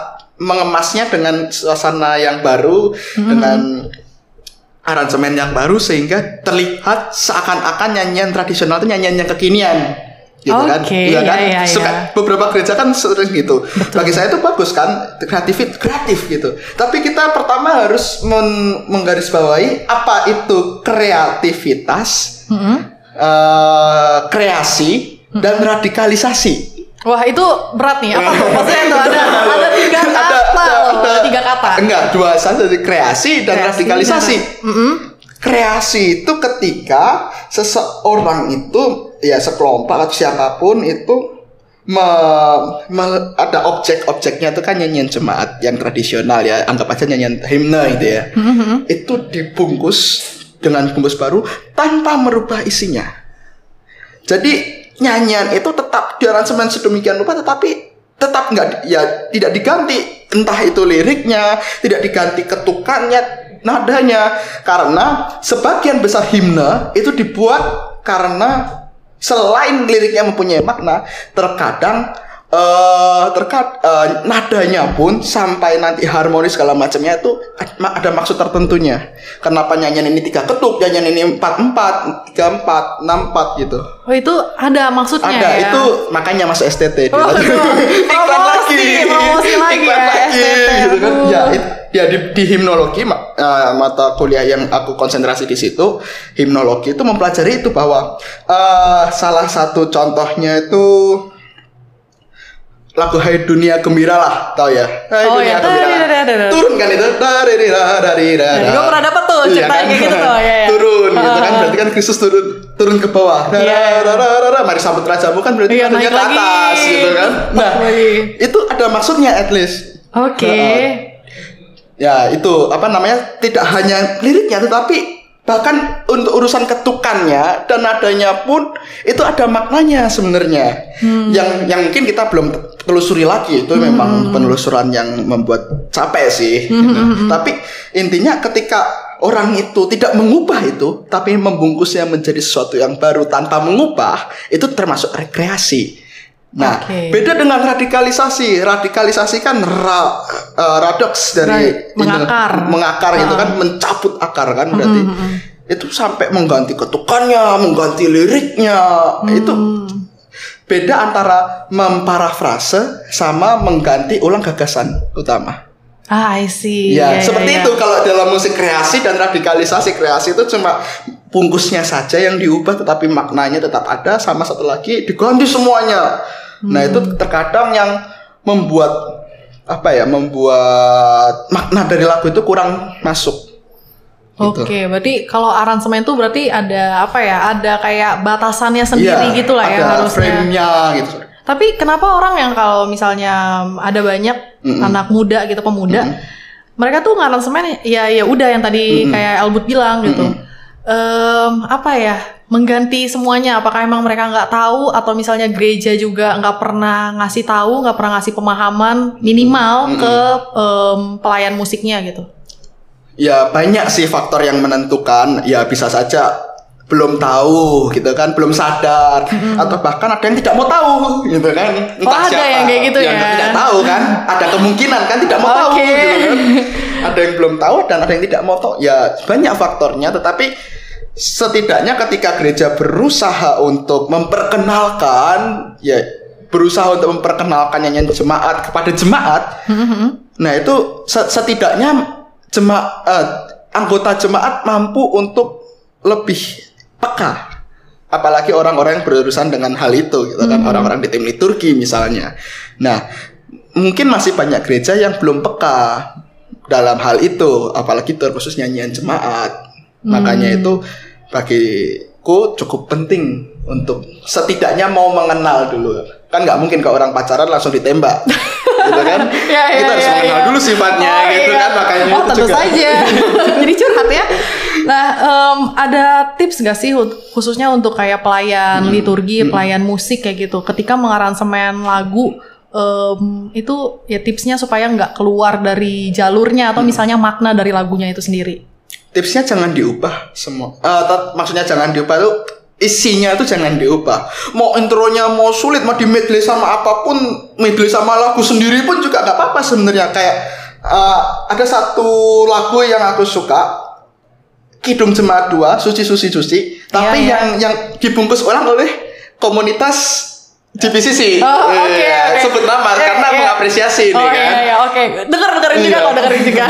Speaker 2: mengemasnya dengan suasana yang baru, mm-hmm. dengan aransemen yang baru sehingga terlihat seakan-akan nyanyian tradisional itu nyanyian yang kekinian. Gitu
Speaker 1: okay,
Speaker 2: kan, ya kan,
Speaker 1: ya, ya,
Speaker 2: suka
Speaker 1: ya.
Speaker 2: Beberapa gereja kan sering gitu.
Speaker 1: Betul.
Speaker 2: Bagi saya itu bagus kan, kreatif, kreatif gitu. Tapi kita pertama harus men- menggarisbawahi apa itu kreativitas, mm-hmm. uh, kreasi, mm-hmm. dan radikalisasi.
Speaker 1: Wah itu berat nih, apa tuh? Maksudnya itu ada ada tiga kata,
Speaker 2: ada, ada,
Speaker 1: ada tiga kata.
Speaker 2: Enggak, dua saja, kreasi dan kreasi, radikalisasi. Mm-hmm. Kreasi itu ketika seseorang itu ya sekelompok atau siapapun itu me, me, ada objek-objeknya itu kan nyanyian jemaat yang tradisional ya, anggap aja nyanyian himne itu ya. Mm-hmm. Itu dibungkus dengan bungkus baru tanpa merubah isinya. Jadi nyanyian itu tetap diaransemen sedemikian rupa tetapi tetap enggak ya tidak diganti, entah itu liriknya, tidak diganti ketukannya, nadanya, karena sebagian besar himne itu dibuat karena selain liriknya mempunyai makna, terkadang uh, terkad uh, nadanya pun sampai nanti harmonis segala macamnya itu ada maksud tertentunya. Kenapa nyanyian ini tiga ketuk, nyanyian ini empat empat, tiga empat, enam empat gitu.
Speaker 1: Oh itu ada maksudnya
Speaker 2: ada,
Speaker 1: ya?
Speaker 2: Itu makanya masuk S T T.
Speaker 1: Oh, iklan lagi, promosi lagi
Speaker 2: iklan
Speaker 1: ya,
Speaker 2: lagi,
Speaker 1: S T T.
Speaker 2: Gitu kan? Ya, it, ya di, di himnologi uh, mata kuliah yang aku konsentrasi di situ, himnologi itu mempelajari itu bahwa uh, salah satu contohnya itu lagu Hai Dunia Gembira lah, tau ya? Hai
Speaker 1: oh,
Speaker 2: Dunia
Speaker 1: ya.
Speaker 2: Gembira. Turun kan itu? Dari dari dari.
Speaker 1: Gue pernah dapat tuh ceritanya kayak gitu tuh, ya.
Speaker 2: Turun gitu kan, berarti kan Kristus turun turun ke bawah. Mari sambut rajamu kan berarti
Speaker 1: iya,
Speaker 2: turunnya ke atas gitu kan. Nah, itu ada maksudnya at least.
Speaker 1: Oke. Okay.
Speaker 2: Ya, itu apa namanya? Tidak hanya liriknya tetapi bahkan untuk urusan ketukannya dan nadanya pun itu ada maknanya sebenarnya. Hmm. Yang yang mungkin kita belum telusuri lagi, itu hmm. memang penelusuran yang membuat capek sih. Hmm. Gitu. Hmm. Tapi intinya ketika orang itu tidak mengubah itu tapi membungkusnya menjadi sesuatu yang baru tanpa mengubah, itu termasuk rekreasi. Nah, okay. beda dengan radikalisasi. Radikalisasi kan ra, uh, radoks dari
Speaker 1: mengakar,
Speaker 2: ini, mengakar uh. itu kan mencabut akar kan berarti. Mm-hmm. Itu sampai mengganti ketukannya, mengganti liriknya. Mm. Itu beda antara memparafrase sama mengganti ulang gagasan utama.
Speaker 1: Ah, I see.
Speaker 2: Ya,
Speaker 1: yeah,
Speaker 2: seperti
Speaker 1: yeah,
Speaker 2: itu
Speaker 1: yeah.
Speaker 2: Kalau dalam musik kreasi dan radikalisasi, kreasi itu cuma bungkusnya saja yang diubah tetapi maknanya tetap ada, sama satu lagi diganti semuanya. Hmm. Nah, itu terkadang yang membuat apa ya? Membuat makna dari lagu itu kurang masuk.
Speaker 1: Oke, okay, gitu. Berarti kalau aransemen itu berarti ada apa ya? Ada kayak batasannya sendiri ya, gitu lah ya harusnya. Ada
Speaker 2: frame-nya gitu.
Speaker 1: Tapi kenapa orang yang kalau misalnya ada banyak mm-mm. anak muda gitu, pemuda, mm-mm. mereka tuh ngaransemen ya ya udah yang tadi mm-mm. kayak Elbut bilang gitu. Um, apa ya? Mengganti semuanya. Apakah emang mereka nggak tahu atau misalnya gereja juga nggak pernah ngasih tahu, nggak pernah ngasih pemahaman minimal mm-mm. ke um, pelayan musiknya gitu?
Speaker 2: Ya banyak sih faktor yang menentukan. Ya bisa saja belum tahu gitu kan, belum sadar, mm-hmm. atau bahkan ada yang tidak mau tahu gitu kan. Entah
Speaker 1: oh, ada
Speaker 2: siapa
Speaker 1: yang kayak gitu
Speaker 2: yang
Speaker 1: ya.
Speaker 2: tidak tahu kan, ada kemungkinan kan tidak mau okay. tahu gitu kan. Ada yang belum tahu dan ada yang tidak mau tahu. Ya banyak faktornya, tetapi setidaknya ketika gereja berusaha untuk memperkenalkan, ya berusaha untuk memperkenalkan nyanyian jemaat kepada jemaat, mm-hmm. nah itu setidaknya jemaat uh, anggota jemaat mampu untuk lebih peka, apalagi orang-orang yang berurusan dengan hal itu gitu kan, mm-hmm. orang-orang di tim liturgi misalnya. Nah, mungkin masih banyak gereja yang belum peka dalam hal itu, apalagi terkhusus nyanyian jemaat. Mm. Makanya itu bagiku cukup penting untuk setidaknya mau mengenal dulu. Kan nggak mungkin kalau orang pacaran langsung ditembak. Gitu kan,
Speaker 1: ya, ya,
Speaker 2: kita harus
Speaker 1: ya,
Speaker 2: mengenal
Speaker 1: ya.
Speaker 2: dulu sifatnya, oh, gitu iya. kan, makanya
Speaker 1: oh,
Speaker 2: itu
Speaker 1: tentu
Speaker 2: juga.
Speaker 1: saja. Jadi curhat ya. Nah, um, ada tips nggak sih khususnya untuk kayak pelayan hmm. liturgi, hmm. pelayan musik kayak gitu, ketika mengaransemen lagu, um, itu ya tipsnya supaya nggak keluar dari jalurnya atau hmm. misalnya makna dari lagunya itu sendiri.
Speaker 2: Tipsnya jangan diubah semua. Uh, t- maksudnya jangan diubah tuh isinya itu jangan diubah. Mau intronya mau sulit, mau di medley sama apapun, medley sama lagu sendiri pun juga nggak apa-apa sebenarnya. Kayak uh, ada satu lagu yang aku suka, Kidung Jemaat dua, Suci Suci Suci, tapi
Speaker 1: yeah,
Speaker 2: yang yeah. yang dibungkus ulang oleh komunitas G P C C.
Speaker 1: Oh, oke, okay,
Speaker 2: yeah,
Speaker 1: okay.
Speaker 2: sebut nama yeah, karena yeah. mengapresiasi ini
Speaker 1: oh,
Speaker 2: kan.
Speaker 1: Iya, iya, oke. Dengar dengerin juga
Speaker 2: yeah.
Speaker 1: kok, dengerin juga.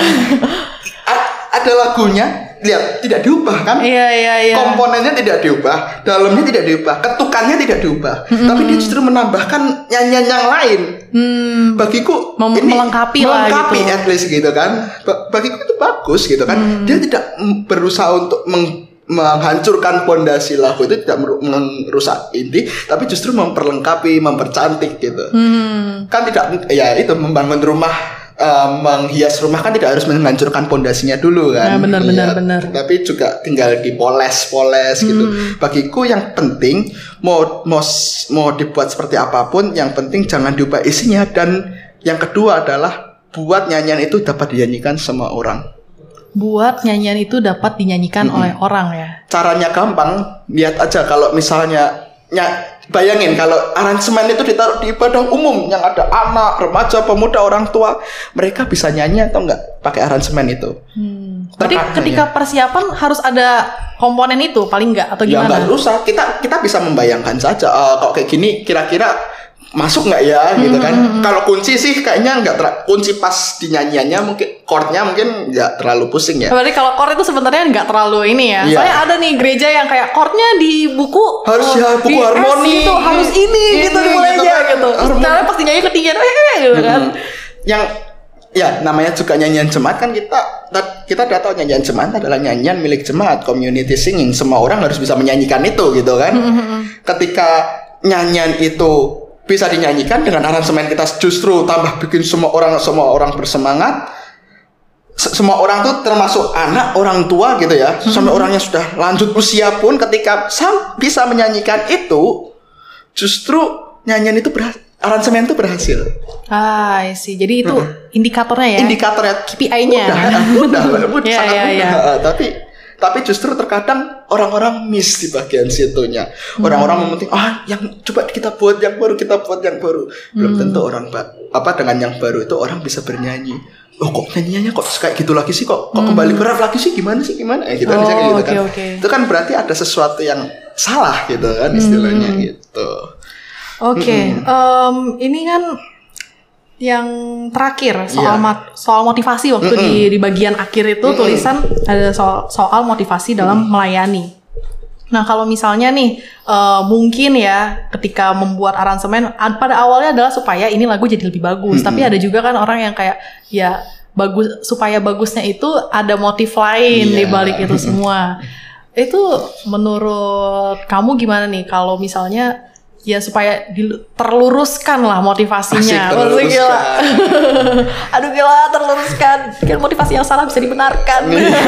Speaker 2: A- ada lagunya, lihat tidak diubah kan?
Speaker 1: Iya, iya, iya.
Speaker 2: Komponennya tidak diubah, dalamnya tidak diubah, ketukannya tidak diubah, mm-hmm. tapi dia justru menambahkan nyanyian yang lain.
Speaker 1: Hmm.
Speaker 2: Bagiku
Speaker 1: Mem-
Speaker 2: ini
Speaker 1: melengkapi,
Speaker 2: melengkapi
Speaker 1: lah gitu.
Speaker 2: at least gitu kan. Ba- bagiku itu bagus gitu kan. Hmm. Dia tidak berusaha untuk meng- menghancurkan pondasi lagu itu, tidak merusak inti, tapi justru memperlengkapi, mempercantik gitu. Hmm. Kan tidak, ya itu membangun rumah, uh, menghias rumah kan tidak harus menghancurkan pondasinya dulu kan.
Speaker 1: Nah, benar,
Speaker 2: ya,
Speaker 1: benar, benar.
Speaker 2: Tapi juga tinggal dipoles-poles hmm. gitu. Bagiku yang penting mau mau mau dibuat seperti apapun, yang penting jangan diubah isinya, dan yang kedua adalah buat nyanyian itu dapat dinyanyikan semua orang.
Speaker 1: Buat nyanyian itu dapat dinyanyikan mm-hmm. oleh orang ya.
Speaker 2: Caranya gampang, lihat aja kalau misalnya ny- bayangin kalau aransemen itu ditaruh di ibadah umum yang ada anak, remaja, pemuda, orang tua, mereka bisa nyanyi atau enggak pakai aransemen itu? Hmm.
Speaker 1: Berarti ketika persiapan harus ada komponen itu paling enggak atau gimana?
Speaker 2: Ya enggak usah, kita kita bisa membayangkan saja uh, kalau kayak gini kira-kira masuk nggak ya gitu kan. Mm-hmm. Kalau kunci sih kayaknya nggak ter- kunci pas di nyanyiannya mungkin chordnya mungkin nggak terlalu pusing ya.
Speaker 1: Berarti kalau chord itu sebenarnya nggak terlalu ini ya. Yeah. Soalnya ada nih gereja yang kayak chordnya di buku
Speaker 2: harus oh, ya buku harmoni
Speaker 1: itu harus ini, ini gitu dimulainya gitu. Kan, gitu. Caranya pas dinyanyi ketinggian gitu kan.
Speaker 2: Mm-hmm. Yang ya namanya juga nyanyian jemaat kan, kita kita udah tahu nyanyian jemaat adalah nyanyian milik jemaat, community singing. Semua orang harus bisa menyanyikan itu gitu kan. Mm-hmm. Ketika nyanyian itu bisa dinyanyikan dengan aransemen kita justru tambah bikin semua orang semua orang bersemangat. S- semua orang tuh termasuk anak, orang tua gitu ya. Hmm. Sampai orangnya sudah lanjut usia pun ketika sam- bisa menyanyikan itu, justru nyanyian itu berhasil, aransemen itu berhasil.
Speaker 1: Ah, sih. Jadi itu hmm. indikatornya ya.
Speaker 2: Indikatornya
Speaker 1: K P I-nya.
Speaker 2: Mudah, mudah, mudah
Speaker 1: yeah,
Speaker 2: sangat
Speaker 1: yeah,
Speaker 2: mudah.
Speaker 1: Yeah.
Speaker 2: Tapi Tapi justru terkadang orang-orang miss di bagian situnya. Orang-orang mementing, ah yang coba kita buat yang baru, kita buat yang baru. Belum hmm. tentu orang ba- apa dengan yang baru itu orang bisa bernyanyi. Oh kok nyanyiannya kok kayak gitu lagi sih, kok kok hmm. kembali ke rap lagi sih, gimana sih gimana? Eh gitu,
Speaker 1: oh,
Speaker 2: gitu
Speaker 1: okay,
Speaker 2: kan.
Speaker 1: Okay.
Speaker 2: Itu kan berarti ada sesuatu yang salah gitu kan istilahnya hmm. gitu.
Speaker 1: Oke, okay. hmm. um, ini kan yang terakhir soal yeah. mat, soal motivasi waktu mm-hmm. di di bagian akhir itu mm-hmm. tulisan ada soal soal motivasi dalam mm-hmm. melayani. Nah kalau misalnya nih uh, mungkin ya ketika membuat aransemen pada awalnya adalah supaya ini lagu jadi lebih bagus, mm-hmm. tapi ada juga kan orang yang kayak ya bagus, supaya bagusnya itu ada motif lain yeah. di balik itu semua. Itu menurut kamu gimana nih kalau misalnya ya supaya dil- terluruskan lah motivasinya.
Speaker 2: Asik, terluruskan.
Speaker 1: Gila. Aduh gila, terluruskan. Kan motivasi yang salah bisa dibenarkan.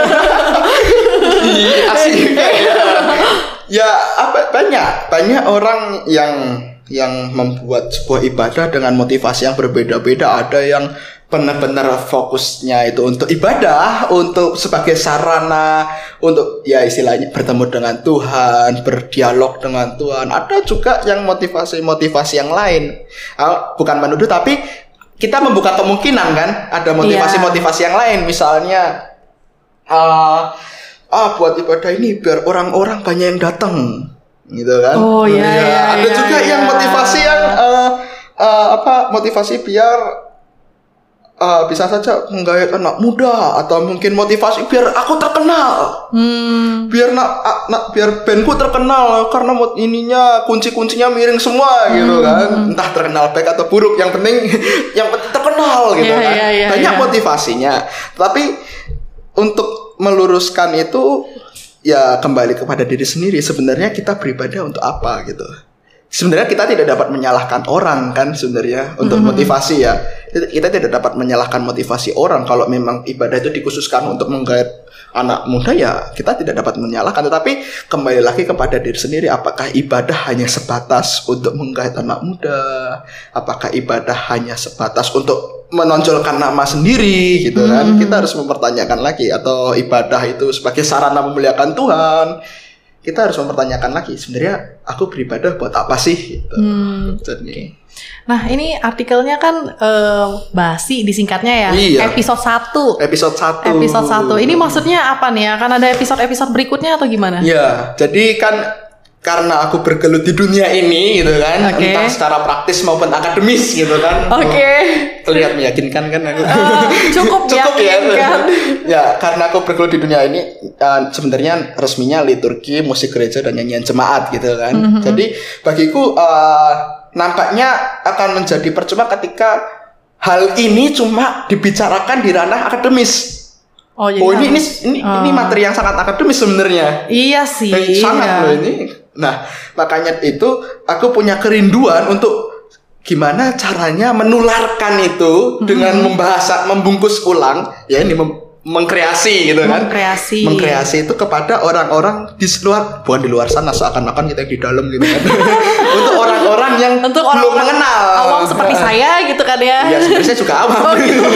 Speaker 2: Asik. Ya apa banyak banyak orang yang yang membuat sebuah ibadah dengan motivasi yang berbeda-beda. Ada yang benar-benar fokusnya itu untuk ibadah, untuk sebagai sarana untuk ya istilahnya bertemu dengan Tuhan, berdialog dengan Tuhan. Ada juga yang motivasi-motivasi yang lain. Bukan menuduh, tapi kita membuka kemungkinan kan ada motivasi-motivasi yang lain. Misalnya uh, ah buat ibadah ini biar orang-orang banyak yang datang, gitu kan? Oh iya. Ya, ya, ada ya, juga ya. yang motivasi yang uh, uh, apa motivasi biar Uh, bisa saja menggait anak muda, atau mungkin motivasi biar aku terkenal, hmm. biar nak, nak biar bandku terkenal karena ininya kunci-kuncinya miring semua hmm. gitu kan, entah terkenal baik atau buruk, yang penting yang penting terkenal gitu yeah, kan, yeah, yeah, banyak yeah. motivasinya. Tapi untuk meluruskan itu ya kembali kepada diri sendiri. Sebenarnya kita beribadah untuk apa gitu. Sebenarnya kita tidak dapat menyalahkan orang kan sebenarnya untuk mm-hmm. motivasi ya. Kita tidak dapat menyalahkan motivasi orang. Kalau memang ibadah itu dikhususkan untuk menggait anak muda ya kita tidak dapat menyalahkan. Tetapi kembali lagi kepada diri sendiri. Apakah ibadah hanya sebatas untuk menggait anak muda? Apakah ibadah hanya sebatas untuk menonjolkan nama sendiri gitu kan? Mm-hmm. Kita harus mempertanyakan lagi. Atau ibadah itu sebagai sarana memuliakan Tuhan. kita harus mempertanyakan lagi sebenarnya aku beribadah buat apa sih gitu. Hmm. Jadi
Speaker 1: nah ini artikelnya kan uh, basi disingkatnya ya.
Speaker 2: Iya.
Speaker 1: Episode satu.
Speaker 2: Episode satu.
Speaker 1: Episode satu. Ini maksudnya apa nih ya? Kan ada episode-episode berikutnya atau gimana?
Speaker 2: Iya. Jadi kan karena aku bergelut di dunia ini gitu kan, okay. entah secara praktis maupun akademis gitu kan.
Speaker 1: Oke. Okay.
Speaker 2: Terlihat meyakinkan kan aku.
Speaker 1: Uh, cukup, cukup ya.
Speaker 2: Ya, karena aku bergelut di dunia ini uh, sebenarnya resminya liturgi, musik gereja dan nyanyian jemaat gitu kan. Mm-hmm. Jadi bagiku uh, nampaknya akan menjadi percuma ketika hal ini cuma dibicarakan di ranah akademis. Oh, jadi oh ini, ini ini uh. ini materi yang sangat akademis sebenarnya.
Speaker 1: Iya sih.
Speaker 2: Eh, sangat
Speaker 1: iya.
Speaker 2: loh ini. Nah, makanya itu aku punya kerinduan untuk gimana caranya menularkan itu mm-hmm. dengan membahas, membungkus ulang, ya ini mem- mengkreasi gitu kan.
Speaker 1: Mengkreasi.
Speaker 2: Mengkreasi itu kepada orang-orang di luar, bukan di luar sana seakan-akan kita di dalam gitu kan. Untuk orang-orang yang
Speaker 1: Untuk
Speaker 2: belum
Speaker 1: orang-orang
Speaker 2: mengenal.
Speaker 1: Awam seperti saya gitu kan ya.
Speaker 2: Ya sebenarnya saya juga awam. Oh, gitu.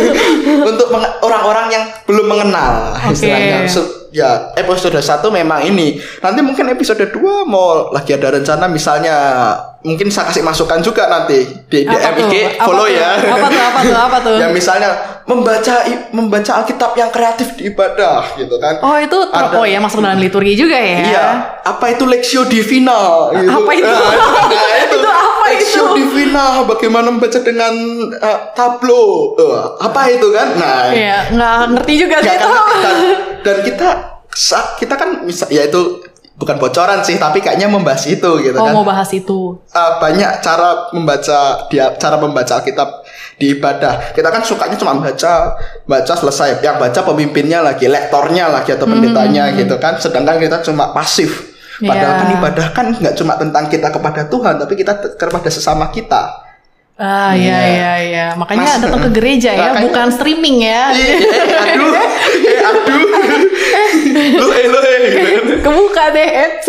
Speaker 2: Untuk menge- orang-orang yang belum mengenal okay. istilahnya. So, ya episode satu memang ini. Nanti mungkin episode dua mau lagi ada rencana misalnya mungkin saya kasih masukan juga nanti di D M I G follow
Speaker 1: apa
Speaker 2: ya.
Speaker 1: Apa tuh? Apa tuh? Apa tuh?
Speaker 2: Ya misalnya membaca membaca Alkitab yang kreatif di ibadah gitu kan.
Speaker 1: Oh itu ada, oh ya masuk dalam liturgi juga ya.
Speaker 2: Iya. Apa itu Lectio Divina gitu.
Speaker 1: Apa itu?
Speaker 2: Nah, itu, nah, itu,
Speaker 1: itu apa
Speaker 2: Lectio
Speaker 1: itu?
Speaker 2: Divina bagaimana membaca dengan uh, tablo. Uh, apa itu kan? Nah,
Speaker 1: iya, nggak ngerti juga sih itu.
Speaker 2: Dan, dan kita kita kan misal ya itu bukan bocoran sih, tapi kayaknya membahas itu gitu
Speaker 1: oh,
Speaker 2: kan.
Speaker 1: Oh, mau bahas itu.
Speaker 2: Uh, banyak cara membaca dia cara membaca Alkitab di ibadah. Kita kan sukanya cuma baca, baca selesai. Yang baca pemimpinnya lagi, lektornya lagi atau pendetanya hmm. gitu kan. Sedangkan kita cuma pasif. Padahal yeah. kan ibadah kan nggak cuma tentang kita kepada Tuhan, tapi kita kepada sesama kita.
Speaker 1: Ah iya iya iya. Makanya Mas, datang ke gereja ya, makanya, bukan streaming ya.
Speaker 2: Eh, eh, aduh, eh, aduh. Lu eh lu eh.
Speaker 1: Kebuka deh.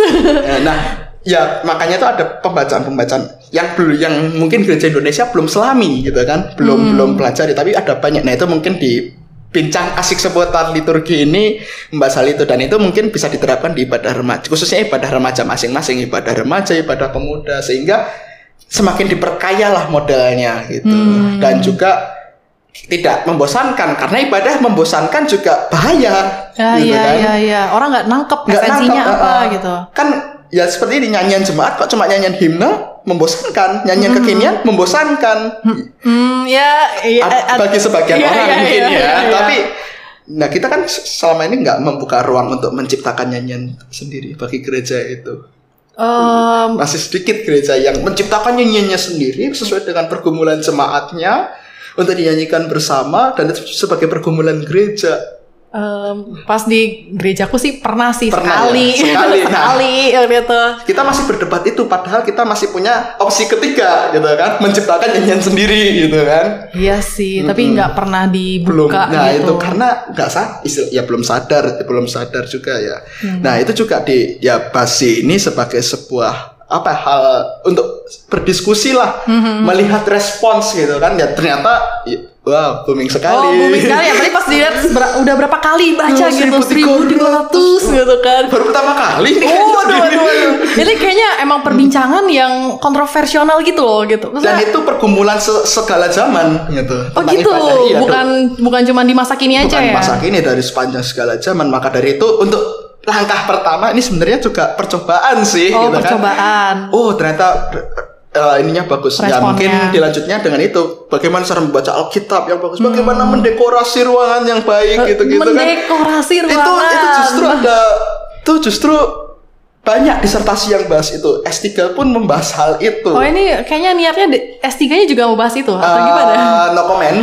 Speaker 2: Nah, ya makanya tuh ada pembacaan-pembacaan yang belum yang mungkin gereja Indonesia belum selami gitu kan, belum hmm. belum pelajari, tapi ada banyak. Nah, itu mungkin di bincang asik seputar liturgi ini membahas hal itu, dan itu mungkin bisa diterapkan di ibadah remaja, khususnya ibadah remaja masing-masing, ibadah remaja, ibadah pemuda, sehingga semakin diperkayalah modelnya gitu. Hmm. Dan juga tidak membosankan, karena ibadah membosankan juga bahaya.
Speaker 1: Ya,
Speaker 2: gitu
Speaker 1: iya,
Speaker 2: kan.
Speaker 1: iya, iya. Orang nggak nangkep esensinya apa uh, gitu.
Speaker 2: Kan ya seperti di nyanyian jemaat kok cuma nyanyian himne membosankan, nyanyian hmm. kekinian membosankan.
Speaker 1: Hmm, ya, ya
Speaker 2: ad, bagi sebagian
Speaker 1: iya,
Speaker 2: orang
Speaker 1: iya,
Speaker 2: mungkin
Speaker 1: iya,
Speaker 2: ya.
Speaker 1: iya.
Speaker 2: Tapi nah kita kan selama ini nggak membuka ruang untuk menciptakan nyanyian sendiri bagi gereja itu. Um, masih sedikit gereja yang menciptakan nyanyiannya sendiri sesuai dengan pergumulan jemaatnya untuk dinyanyikan bersama dan itu sebagai pergumulan gereja.
Speaker 1: Um, pas di gerejaku sih pernah sih
Speaker 2: pernah
Speaker 1: sekali,
Speaker 2: ya? sekali,
Speaker 1: sekali
Speaker 2: nah,
Speaker 1: gitu.
Speaker 2: Kita masih berdebat itu, padahal kita masih punya opsi ketiga, gitu kan, menciptakan nyanyian sendiri, gitu kan.
Speaker 1: Iya sih, mm-hmm. tapi nggak pernah dibuka.
Speaker 2: Belum, nah
Speaker 1: gitu.
Speaker 2: itu karena nggak sah, ya belum sadar, belum sadar juga ya. Hmm. Nah itu juga di ya basi ini sebagai sebuah apa hal untuk berdiskusi lah, mm-hmm. melihat respons gitu kan, ya ternyata. Ya, wow, booming sekali.
Speaker 1: Oh, booming sekali ya. Berarti pas dilihat ber- udah berapa kali baca oh, gitu, seribu tiga ratus gitu kan.
Speaker 2: Baru pertama kali.
Speaker 1: Oh, aduh, aduh, aduh. Ini kayaknya emang perbincangan yang kontroversial gitu loh, gitu.
Speaker 2: Dan
Speaker 1: Maksudnya,
Speaker 2: itu pergumulan se- segala zaman gitu.
Speaker 1: Oh gitu, iya, bukan tuh. bukan cuma di masa kini aja
Speaker 2: bukan
Speaker 1: ya.
Speaker 2: Bukan masa kini, dari sepanjang segala zaman. Maka dari itu untuk langkah pertama ini sebenarnya juga percobaan sih.
Speaker 1: Oh,
Speaker 2: gitu
Speaker 1: percobaan.
Speaker 2: Kan. Oh, ternyata Uh, ininya bagus. Responnya. Ya mungkin dilanjutnya dengan itu. Bagaimana cara membaca Alkitab yang bagus. Bagaimana hmm. mendekorasi ruangan yang baik gitu-gitu kan.
Speaker 1: Mendekorasi ruangan.
Speaker 2: Itu itu justru ada itu justru banyak disertasi yang bahas itu. S tiga pun membahas hal itu.
Speaker 1: Oh ini kayaknya niatnya S tiga-nya juga mau bahas itu atau uh, gimana?
Speaker 2: No comment.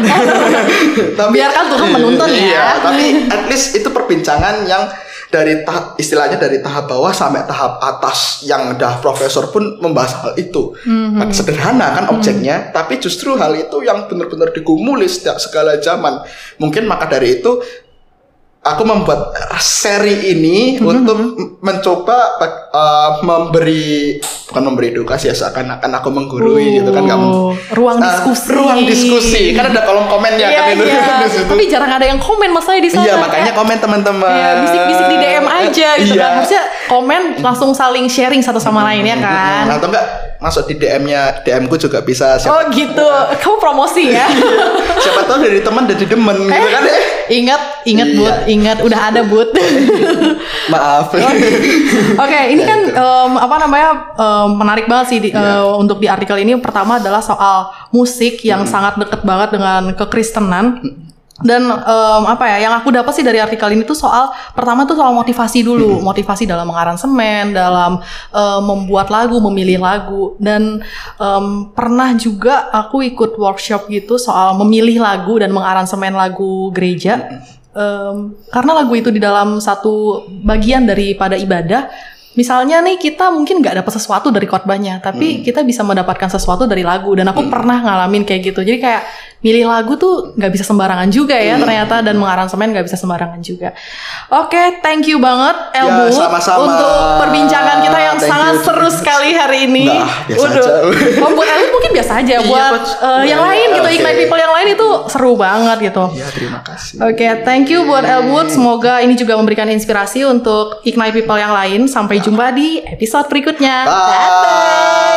Speaker 2: Tapi,
Speaker 1: biarkan Tuhan menuntun ya.
Speaker 2: Iya, tapi at least itu perbincangan yang dari tahap istilahnya dari tahap bawah sampai tahap atas yang udah profesor pun membahas hal itu. Mm-hmm. Sederhana kan objeknya, mm-hmm. tapi justru hal itu yang benar-benar digumuli setiap segala zaman. Mungkin maka dari itu aku membuat seri ini mm-hmm. untuk mencoba uh, memberi bukan memberi edukasi ya, seakan-akan aku menggurui uh, gitu kan, nggak
Speaker 1: ruang diskusi.
Speaker 2: Uh, ruang diskusi kan ada kolom komennya
Speaker 1: yeah,
Speaker 2: kan itu.
Speaker 1: Yeah. Tapi jarang ada yang komen masalahnya di sana.
Speaker 2: Iya makanya komen teman-teman.
Speaker 1: Ya, bisik-bisik di D M aja aja gitu
Speaker 2: Iya.
Speaker 1: kan. Harusnya komen langsung saling sharing satu sama lain ya kan.
Speaker 2: Hmm, atau enggak masuk di D M-nya, D M-ku juga bisa.
Speaker 1: Oh gitu, kamu promosi ya?
Speaker 2: Siapa tahu dari teman dari demen gitu
Speaker 1: Eh,
Speaker 2: kan ya.
Speaker 1: Ingat, ingat
Speaker 2: Iya.
Speaker 1: Bud, ingat udah ada Bud.
Speaker 2: Maaf.
Speaker 1: Oke, ini kan em, apa namanya em, menarik banget sih di,
Speaker 2: Iya.
Speaker 1: eh, untuk di artikel ini. Pertama adalah soal musik yang sangat deket banget dengan kekristenan. Dan em, apa ya, yang aku dapat sih dari artikel ini tuh soal pertama tuh soal motivasi dulu, motivasi dalam mengaransemen, dalam em, membuat lagu, memilih lagu. Dan em, pernah juga aku ikut workshop gitu soal memilih lagu dan mengaransemen lagu gereja. Em, karena lagu itu di dalam satu bagian daripada ibadah. Misalnya nih kita mungkin nggak dapat sesuatu dari khotbahnya, tapi kita bisa mendapatkan sesuatu dari lagu. Dan aku pernah ngalamin kayak gitu. Jadi kayak milih lagu tuh nggak bisa sembarangan juga ya ternyata, dan mengaransemen nggak bisa sembarangan juga. Oke, thank you banget Elwood
Speaker 2: Ya, sama-sama.
Speaker 1: untuk perbincangan kita yang
Speaker 2: Thank
Speaker 1: sangat
Speaker 2: you.
Speaker 1: seru sekali hari ini.
Speaker 2: Nah, biasa
Speaker 1: Waduh.
Speaker 2: aja.
Speaker 1: Oh, buat Elwood mungkin biasa aja.
Speaker 2: Iya,
Speaker 1: Buat
Speaker 2: buat-
Speaker 1: eh, yang
Speaker 2: ya,
Speaker 1: lain gitu,
Speaker 2: oke.
Speaker 1: Ignite People yang lain itu seru banget gitu.
Speaker 2: Ya, terima kasih.
Speaker 1: Oke, thank you buat Elwood. Semoga ini juga memberikan inspirasi untuk Ignite People yang lain. Sampai jumpa di episode berikutnya.
Speaker 2: Bye.
Speaker 1: Dadah.